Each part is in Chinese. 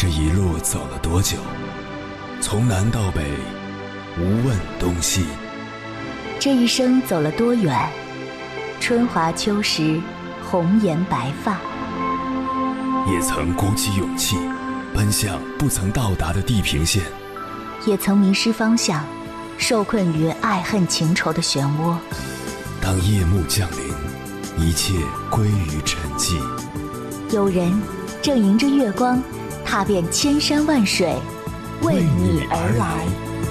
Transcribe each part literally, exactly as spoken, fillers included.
这一路走了多久？从南到北，无问东西。 这一生走了多远？春华秋实，红颜白发。 也曾鼓起勇气，奔向不曾到达的地平线。 也曾迷失方向，受困于爱恨情仇的漩涡。 当夜幕降临，一切归于沉寂。 有人正迎着月光，踏遍千山万水，为你而来。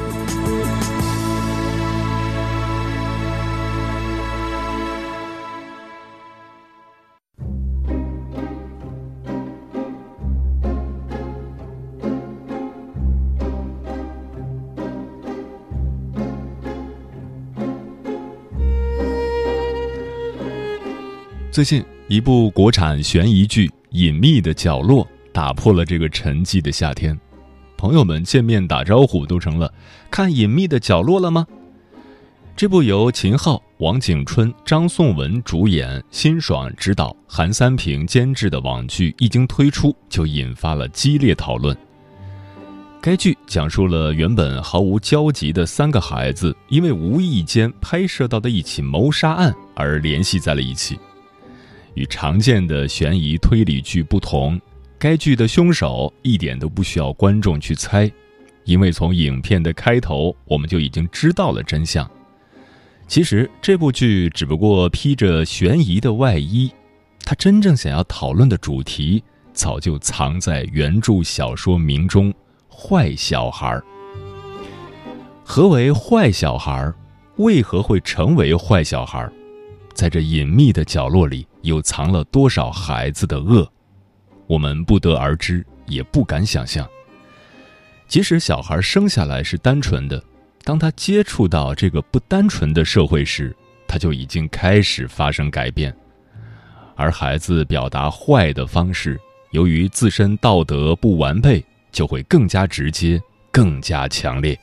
最近一部国产悬疑剧《隐秘的角落》打破了这个沉寂的夏天，朋友们见面打招呼都成了看《隐秘的角落》了吗？这部由秦昊、王景春、张颂文主演，辛爽执导，韩三平监制的网剧一经推出就引发了激烈讨论。该剧讲述了原本毫无交集的三个孩子因为无意间拍摄到的一起谋杀案而联系在了一起。与常见的悬疑推理剧不同，该剧的凶手一点都不需要观众去猜，因为从影片的开头我们就已经知道了真相。其实这部剧只不过披着悬疑的外衣，它真正想要讨论的主题早就藏在原著小说名中——坏小孩。何为坏小孩？为何会成为坏小孩？在这隐秘的角落里又藏了多少孩子的恶，我们不得而知，也不敢想象。即使小孩生下来是单纯的，当他接触到这个不单纯的社会时，他就已经开始发生改变。而孩子表达坏的方式，由于自身道德不完备，就会更加直接，更加强烈。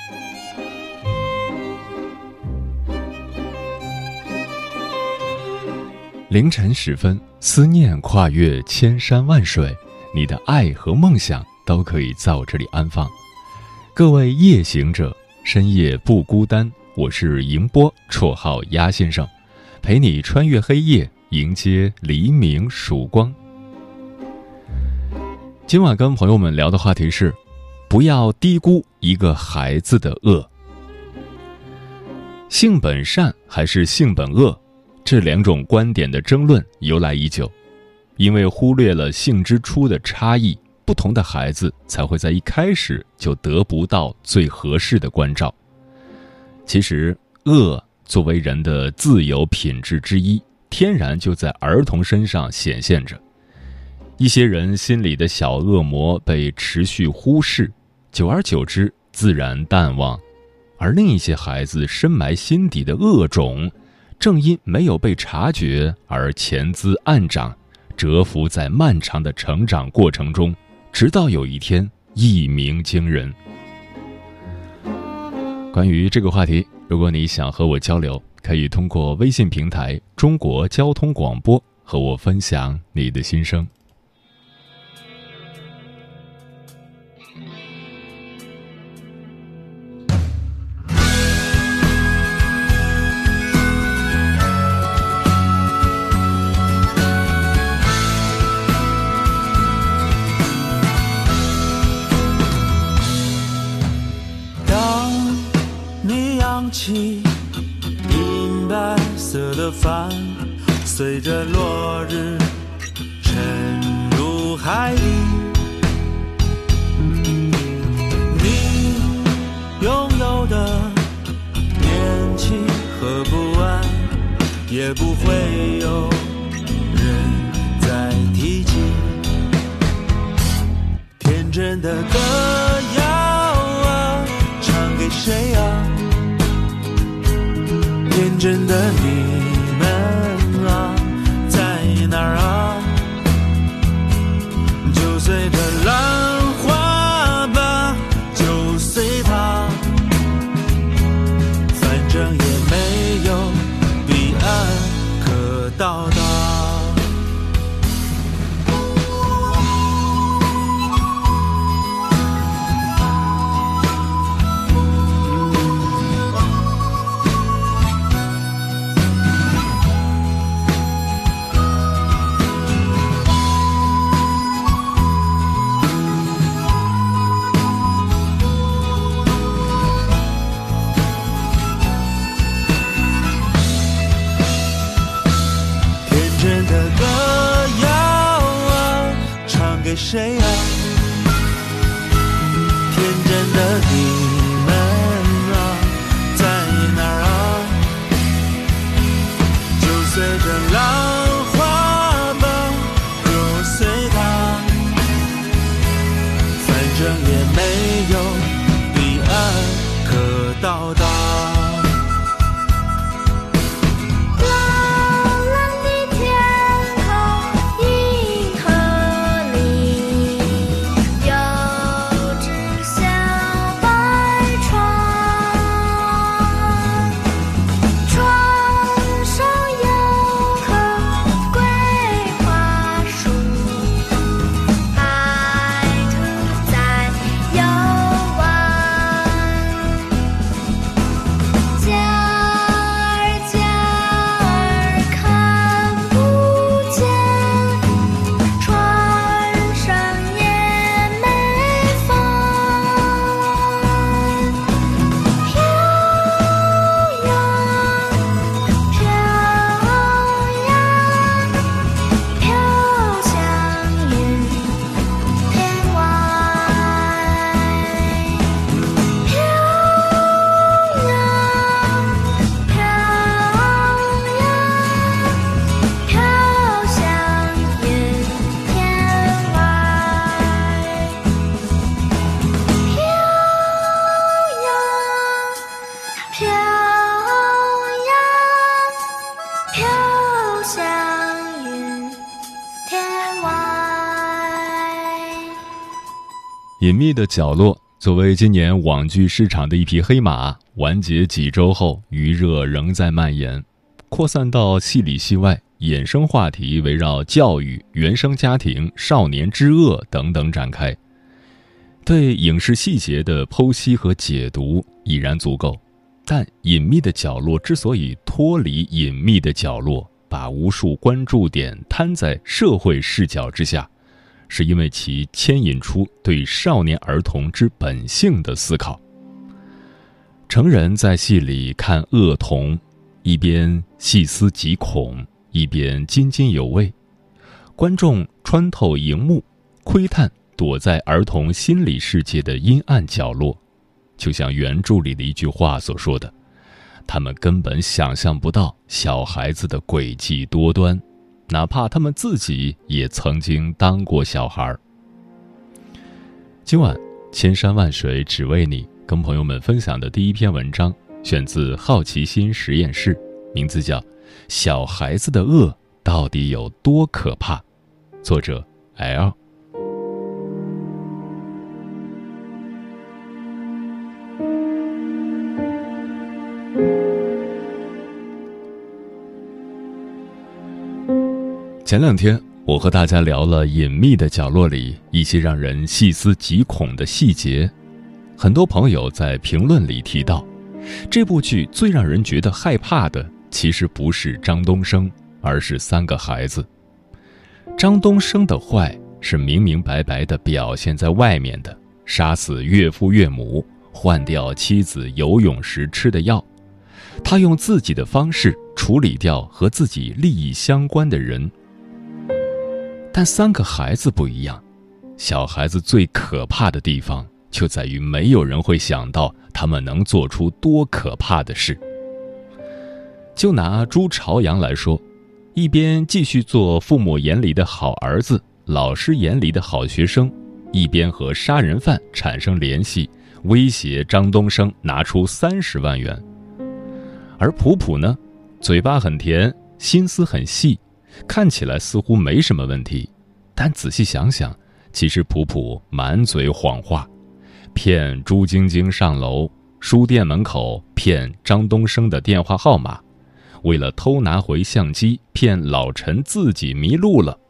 凌晨时分，思念跨越千山万水，你的爱和梦想都可以在我这里安放。各位夜行者，深夜不孤单，我是迎波，绰号鸭先生，陪你穿越黑夜，迎接黎明曙光。今晚跟朋友们聊的话题是，不要低估一个孩子的恶。性本善还是性本恶？这两种观点的争论由来已久，因为忽略了性之初的差异，不同的孩子才会在一开始就得不到最合适的关照。其实，恶作为人的自由品质之一，天然就在儿童身上显现着。一些人心里的小恶魔被持续忽视，久而久之自然淡忘，而另一些孩子深埋心底的恶种，正因没有被察觉而潜滋暗长，蛰伏在漫长的成长过程中，直到有一天一鸣惊人。关于这个话题，如果你想和我交流，可以通过微信平台中国交通广播和我分享你的心声。 起银白色的帆，随着落日沉入海里。你拥有的年轻和不安，也不会有人再提起。天真的歌谣啊，唱给谁啊？天真的你们啊，在哪儿啊？就随着浪花吧，就随它，反正也没有彼岸可到达。 给谁啊？天真的你们啊，在哪儿啊？就随着浪花吧，揉碎它，反正也没有彼岸可到达。 隐秘的角落作为今年网剧市场的一匹黑马，完结几周后，余热仍在蔓延，扩散到戏里戏外，衍生话题围绕教育、原生家庭、少年之恶等等展开。对影视细节的剖析和解读已然足够，但隐秘的角落之所以脱离隐秘的角落，把无数关注点摊在社会视角之下，是因为其牵引出对少年儿童之本性的思考。成人在戏里看恶童，一边细思极恐，一边津津有味；观众穿透荧幕，窥探躲在儿童心理世界的阴暗角落。就像原著里的一句话所说的，他们根本想象不到小孩子的诡计多端，哪怕他们自己也曾经当过小孩。今晚千山万水只为你，跟朋友们分享的第一篇文章选自好奇心实验室，名字叫《小孩子的恶到底有多可怕》，作者 L。前两天我和大家聊了《隐秘的角落》里一些让人细思极恐的细节，很多朋友在评论里提到，这部剧最让人觉得害怕的其实不是张东升，而是三个孩子。张东升的坏是明明白白地表现在外面的，杀死岳父岳母，换掉妻子游泳时吃的药，他用自己的方式处理掉和自己利益相关的人。但三个孩子不一样，小孩子最可怕的地方就在于没有人会想到他们能做出多可怕的事。就拿朱朝阳来说，一边继续做父母眼里的好儿子，老师眼里的好学生，一边和杀人犯产生联系，威胁张东升拿出三十万元。而普普呢，嘴巴很甜，心思很细，看起来似乎没什么问题，但仔细想想，其实普普满嘴谎话，骗朱晶晶上楼，书店门口骗张东升的电话号码，为了偷拿回相机，骗老陈自己迷路了。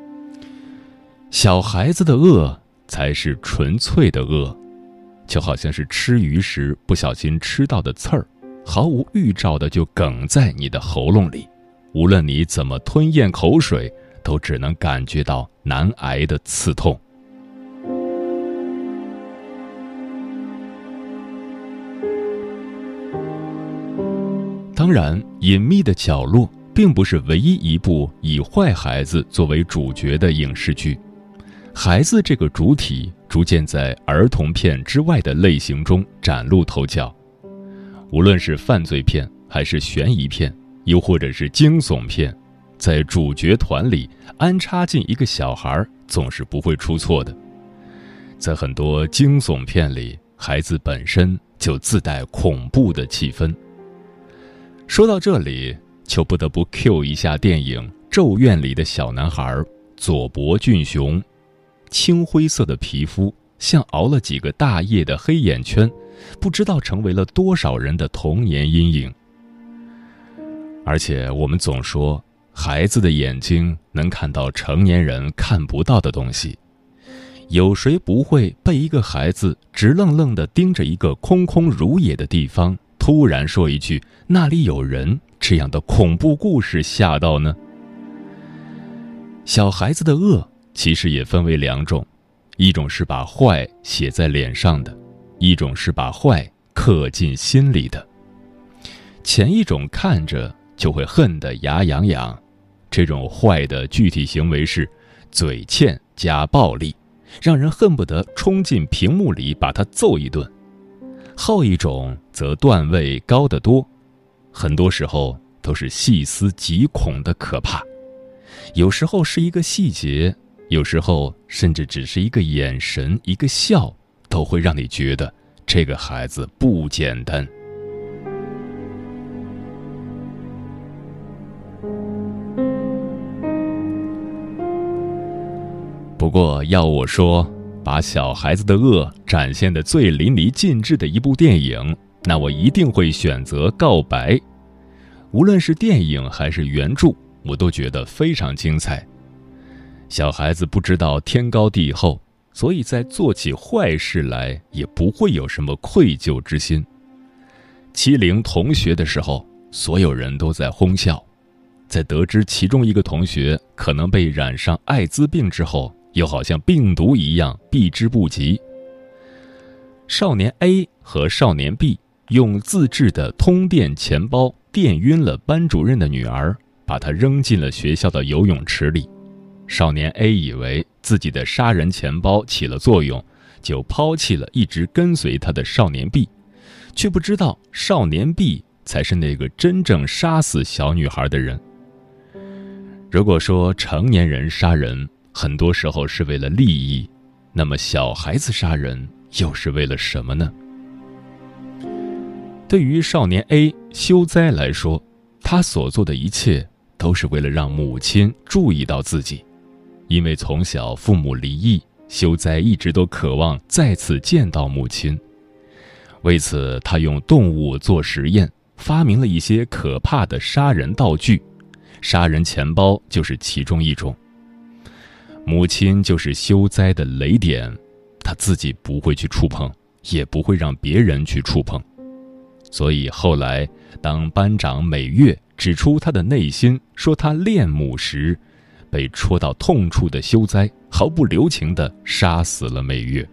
小孩子的恶才是纯粹的恶，就好像是吃鱼时不小心吃到的刺儿，毫无预兆的就梗在你的喉咙里，无论你怎么吞咽口水，都只能感觉到难挨的刺痛。当然，《隐秘的角落》并不是唯一一部以坏孩子作为主角的影视剧， 孩子这个主体逐渐在儿童片之外的类型中崭露头角。无论是犯罪片还是悬疑片，又或者是惊悚片，在主角团里安插进一个小孩总是不会出错的。在很多惊悚片里，孩子本身就自带恐怖的气氛。说到这里，就不得不 Q 一下电影《咒怨》里的小男孩佐伯俊雄，青灰色的皮肤像熬了几个大夜的黑眼圈，不知道成为了多少人的童年阴影。而且我们总说，孩子的眼睛能看到成年人看不到的东西，有谁不会被一个孩子直愣愣地盯着一个空空如也的地方，突然说一句“那里有人”这样的恐怖故事吓到呢？小孩子的恶其实也分为两种，一种是把坏写在脸上的，一种是把坏刻进心里的。前一种看着就会恨得牙痒痒，这种坏的具体行为是嘴欠加暴力，让人恨不得冲进屏幕里把他揍一顿。后一种则段位高得多，很多时候都是细思极恐的可怕，有时候是一个细节，有时候甚至只是一个眼神，一个笑，都会让你觉得这个孩子不简单。不过要我说，把小孩子的恶展现得最淋漓尽致的一部电影，那我一定会选择《告白》。无论是电影还是原著，我都觉得非常精彩。小孩子不知道天高地厚，所以在做起坏事来也不会有什么愧疚之心。欺凌同学的时候，所有人都在哄笑，在得知其中一个同学可能被染上艾滋病之后，又好像病毒一样避之不及。少年 A 和少年 B 用自制的通电钱包电晕了班主任的女儿，把她扔进了学校的游泳池里。少年 A 以为自己的杀人钱包起了作用，就抛弃了一直跟随他的少年 B， 却不知道少年 B 才是那个真正杀死小女孩的人。如果说成年人杀人很多时候是为了利益，那么小孩子杀人又是为了什么呢？对于少年 A 修哉来说，他所做的一切都是为了让母亲注意到自己。因为从小父母离异，修哉一直都渴望再次见到母亲。为此，他用动物做实验，发明了一些可怕的杀人道具，杀人钱包就是其中一种。母亲就是修哉的雷点，他自己不会去触碰，也不会让别人去触碰。所以后来当班长美月指出他的内心，说他恋母时，被戳到痛处的修哉毫不留情地杀死了美月。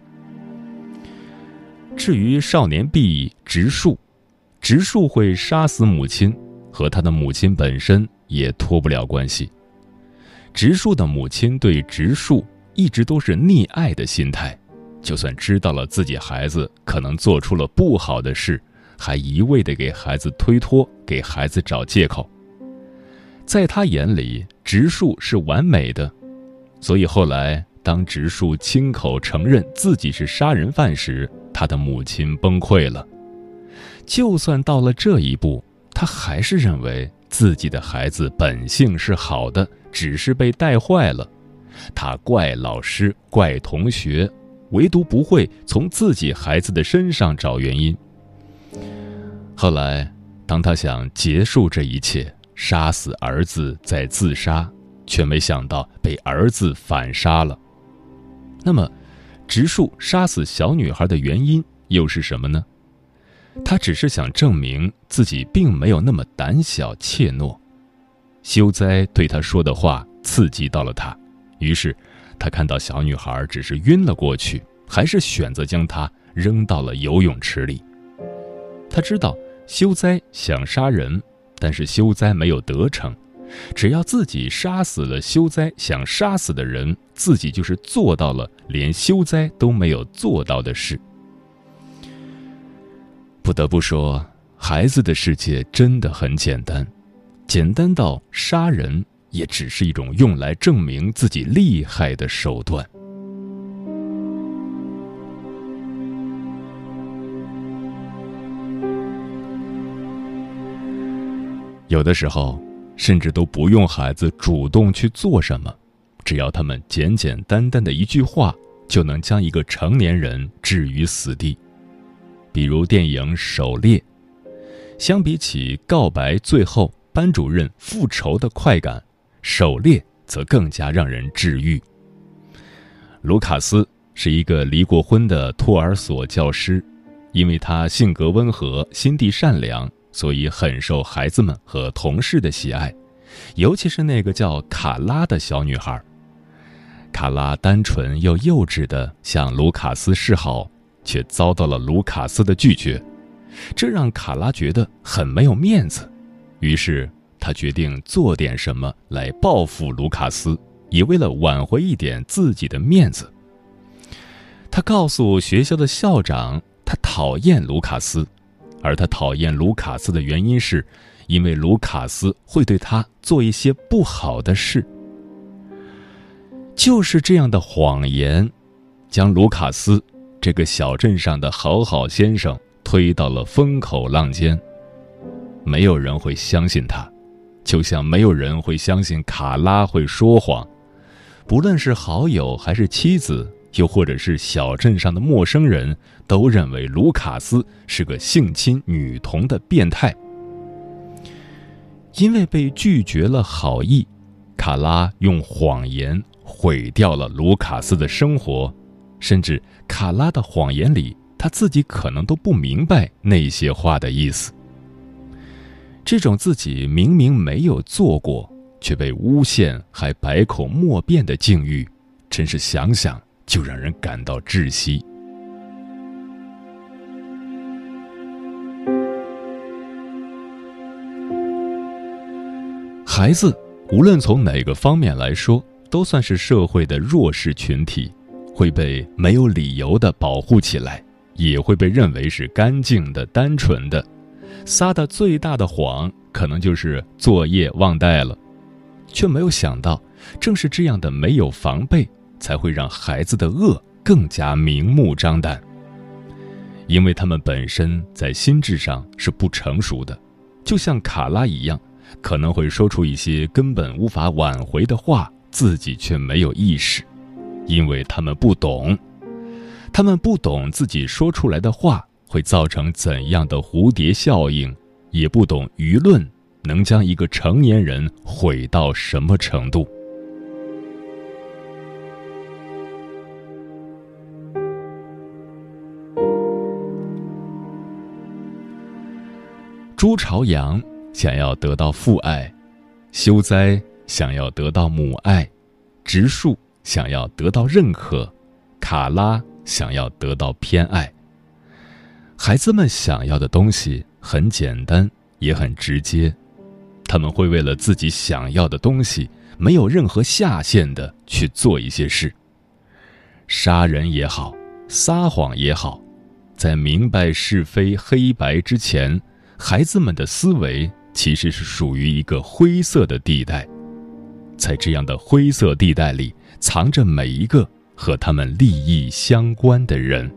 至于少年 B 直树，直树会杀死母亲，和他的母亲本身也脱不了关系。直树的母亲对直树一直都是溺爱的心态，就算知道了自己孩子可能做出了不好的事，还一味地给孩子推脱，给孩子找借口。在他眼里，直树是完美的，所以后来当直树亲口承认自己是杀人犯时，他的母亲崩溃了。就算到了这一步，他还是认为自己的孩子本性是好的，只是被带坏了。他怪老师，怪同学，唯独不会从自己孩子的身上找原因。后来当他想结束这一切，杀死儿子再自杀，却没想到被儿子反杀了。那么直树杀死小女孩的原因又是什么呢？他只是想证明自己并没有那么胆小怯懦。修哉对他说的话刺激到了他，于是他看到小女孩只是晕了过去，还是选择将她扔到了游泳池里。他知道修哉想杀人，但是修哉没有得逞， 只要自己杀死了修哉想杀死的人，自己就是做到了连修哉都没有做到的事。不得不说，孩子的世界真的很简单，简单到杀人也只是一种用来证明自己厉害的手段。有的时候甚至都不用孩子主动去做什么，只要他们简简单单的一句话，就能将一个成年人置于死地。比如电影《狩猎》，相比起告白最后班主任复仇的快感，狩猎则更加让人治愈。卢卡斯是一个离过婚的托儿所教师，因为他性格温和，心地善良，所以很受孩子们和同事的喜爱，尤其是那个叫卡拉的小女孩。卡拉单纯又幼稚地向卢卡斯示好，却遭到了卢卡斯的拒绝，这让卡拉觉得很没有面子。于是他决定做点什么来报复卢卡斯，也为了挽回一点自己的面子。他告诉学校的校长，他讨厌卢卡斯，而他讨厌卢卡斯的原因是，因为卢卡斯会对他做一些不好的事。就是这样的谎言，将卢卡斯这个小镇上的好好先生推到了风口浪尖。没有人会相信他，就像没有人会相信卡拉会说谎。不论是好友还是妻子，又或者是小镇上的陌生人，都认为卢卡斯是个性侵女童的变态。因为被拒绝了好意，卡拉用谎言毁掉了卢卡斯的生活，甚至卡拉的谎言里，他自己可能都不明白那些话的意思。这种自己明明没有做过，却被诬陷还百口莫辩的境遇，真是想想就让人感到窒息。孩子无论从哪个方面来说，都算是社会的弱势群体，会被没有理由的保护起来，也会被认为是干净的、单纯的。撒的最大的谎可能就是作业忘带了，却没有想到，正是这样的没有防备，才会让孩子的恶更加明目张胆。因为他们本身在心智上是不成熟的，就像卡拉一样，可能会说出一些根本无法挽回的话，自己却没有意识，因为他们不懂，他们不懂自己说出来的话会造成怎样的蝴蝶效应，也不懂舆论能将一个成年人毁到什么程度。朱朝阳想要得到父爱，修哉想要得到母爱，植树想要得到认可，卡拉想要得到偏爱。孩子们想要的东西很简单，也很直接，他们会为了自己想要的东西，没有任何下限的去做一些事。杀人也好，撒谎也好，在明白是非黑白之前，孩子们的思维其实是属于一个灰色的地带，在这样的灰色地带里，藏着每一个和他们利益相关的人。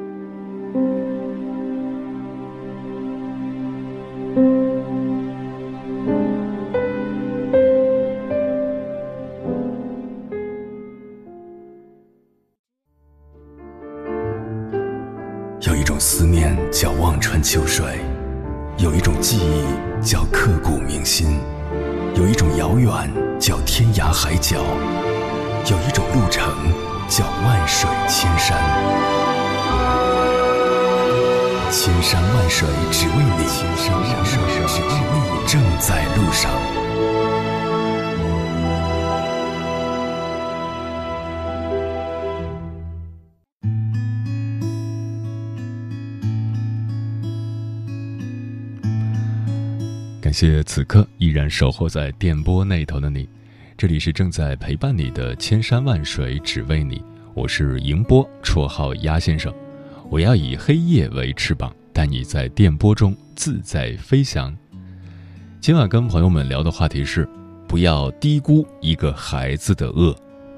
有一种思念叫望穿秋水，有一种记忆叫刻骨铭心，有一种遥远叫天涯海角，有一种路程叫万水千山。千山万水只为你，千山万水只为你，正在路上。 感谢此刻依然守候在电波那头的你，这里是正在陪伴你的千山万水只为你，我是迎波，绰号鸭先生。我要以黑夜为翅膀，带你在电波中自在飞翔。今晚跟朋友们聊的话题是，不要低估一个孩子的恶。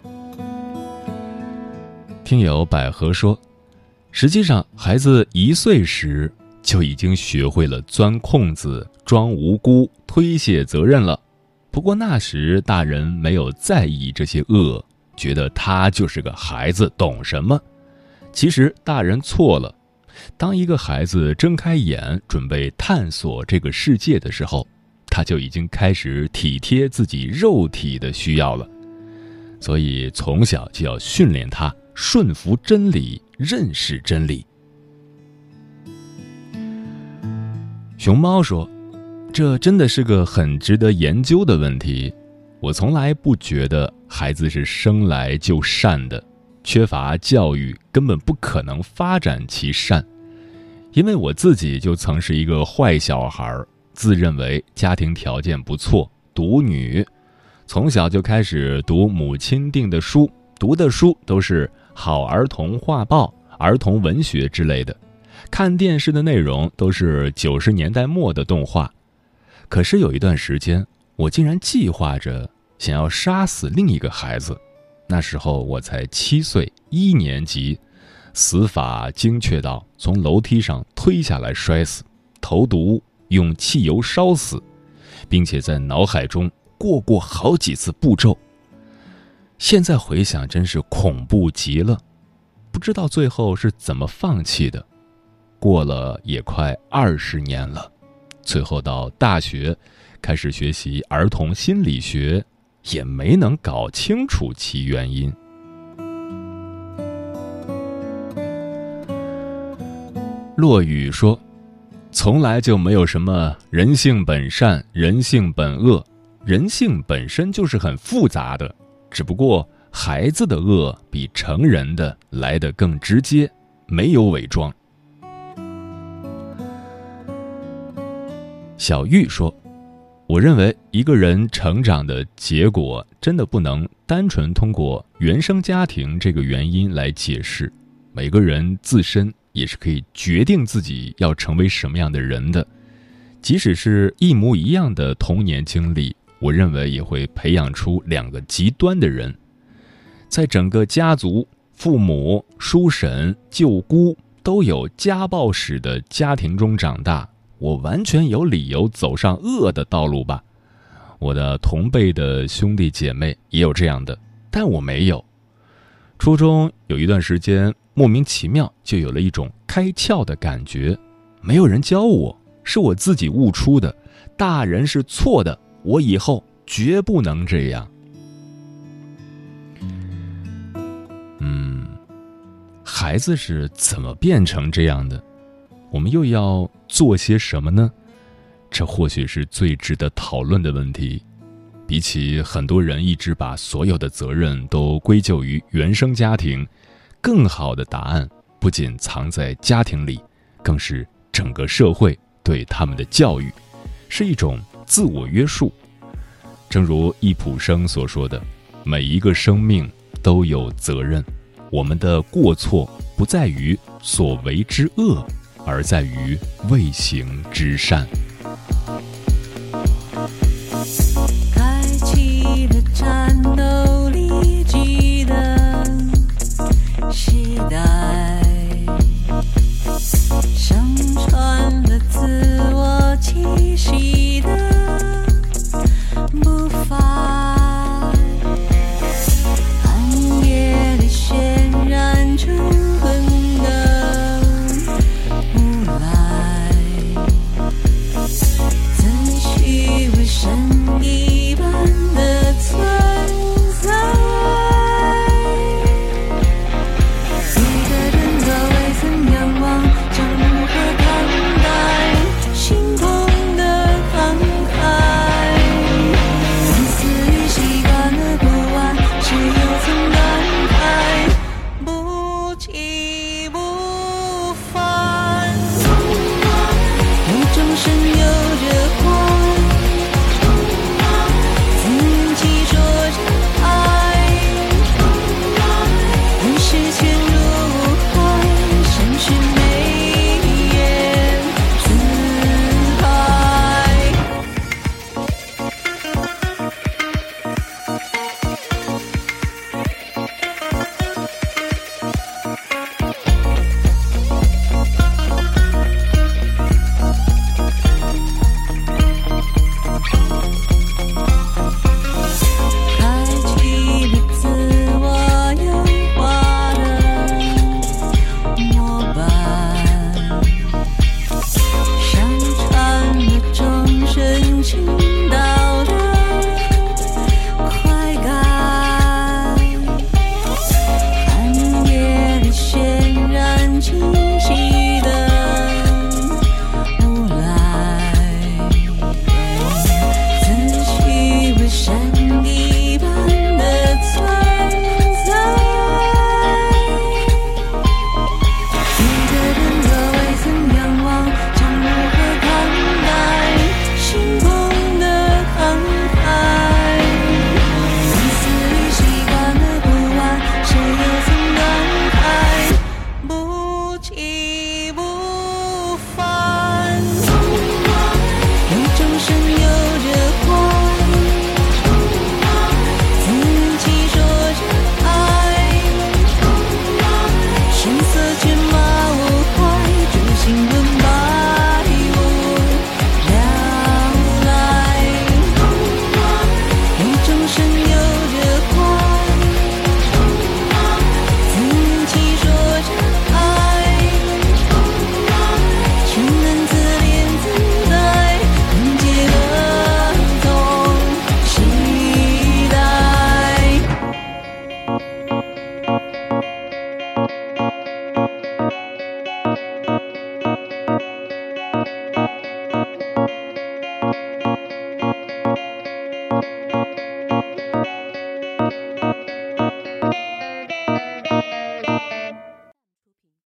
听友百合说，实际上孩子一岁时就已经学会了钻空子、装无辜、推卸责任了。不过那时大人没有在意这些恶，觉得他就是个孩子，懂什么？其实大人错了。当一个孩子睁开眼，准备探索这个世界的时候，他就已经开始体贴自己肉体的需要了。所以从小就要训练他顺服真理，认识真理。熊猫说，这真的是个很值得研究的问题。我从来不觉得孩子是生来就善的，缺乏教育根本不可能发展其善。因为我自己就曾是一个坏小孩，自认为家庭条件不错，独女，从小就开始读母亲订的书，读的书都是好儿童画报、儿童文学之类的，看电视的内容都是九十年代末的动画。可是有一段时间，我竟然计划着想要杀死另一个孩子。那时候我才七岁，一年级，死法精确到从楼梯上推下来摔死，投毒，用汽油烧死，并且在脑海中过过好几次步骤。现在回想真是恐怖极了，不知道最后是怎么放弃的。过了也快二十年了，最后到大学开始学习儿童心理学，也没能搞清楚其原因。落雨说，从来就没有什么人性本善、人性本恶，人性本身就是很复杂的，只不过孩子的恶比成人的来得更直接，没有伪装。小玉说，我认为一个人成长的结果真的不能单纯通过原生家庭这个原因来解释，每个人自身也是可以决定自己要成为什么样的人的。即使是一模一样的童年经历，我认为也会培养出两个极端的人。在整个家族，父母、叔婶、舅姑都有家暴史的家庭中长大，我完全有理由走上恶的道路吧。我的同辈的兄弟姐妹也有这样的，但我没有。初中有一段时间，莫名其妙就有了一种开窍的感觉，没有人教我，是我自己悟出的，大人是错的，我以后绝不能这样。嗯，孩子是怎么变成这样的？我们又要做些什么呢？这或许是最值得讨论的问题。比起很多人一直把所有的责任都归咎于原生家庭，更好的答案不仅藏在家庭里，更是整个社会对他们的教育，是一种自我约束。正如易卜生所说的，每一个生命都有责任，我们的过错不在于所为之恶，而在于未行之善。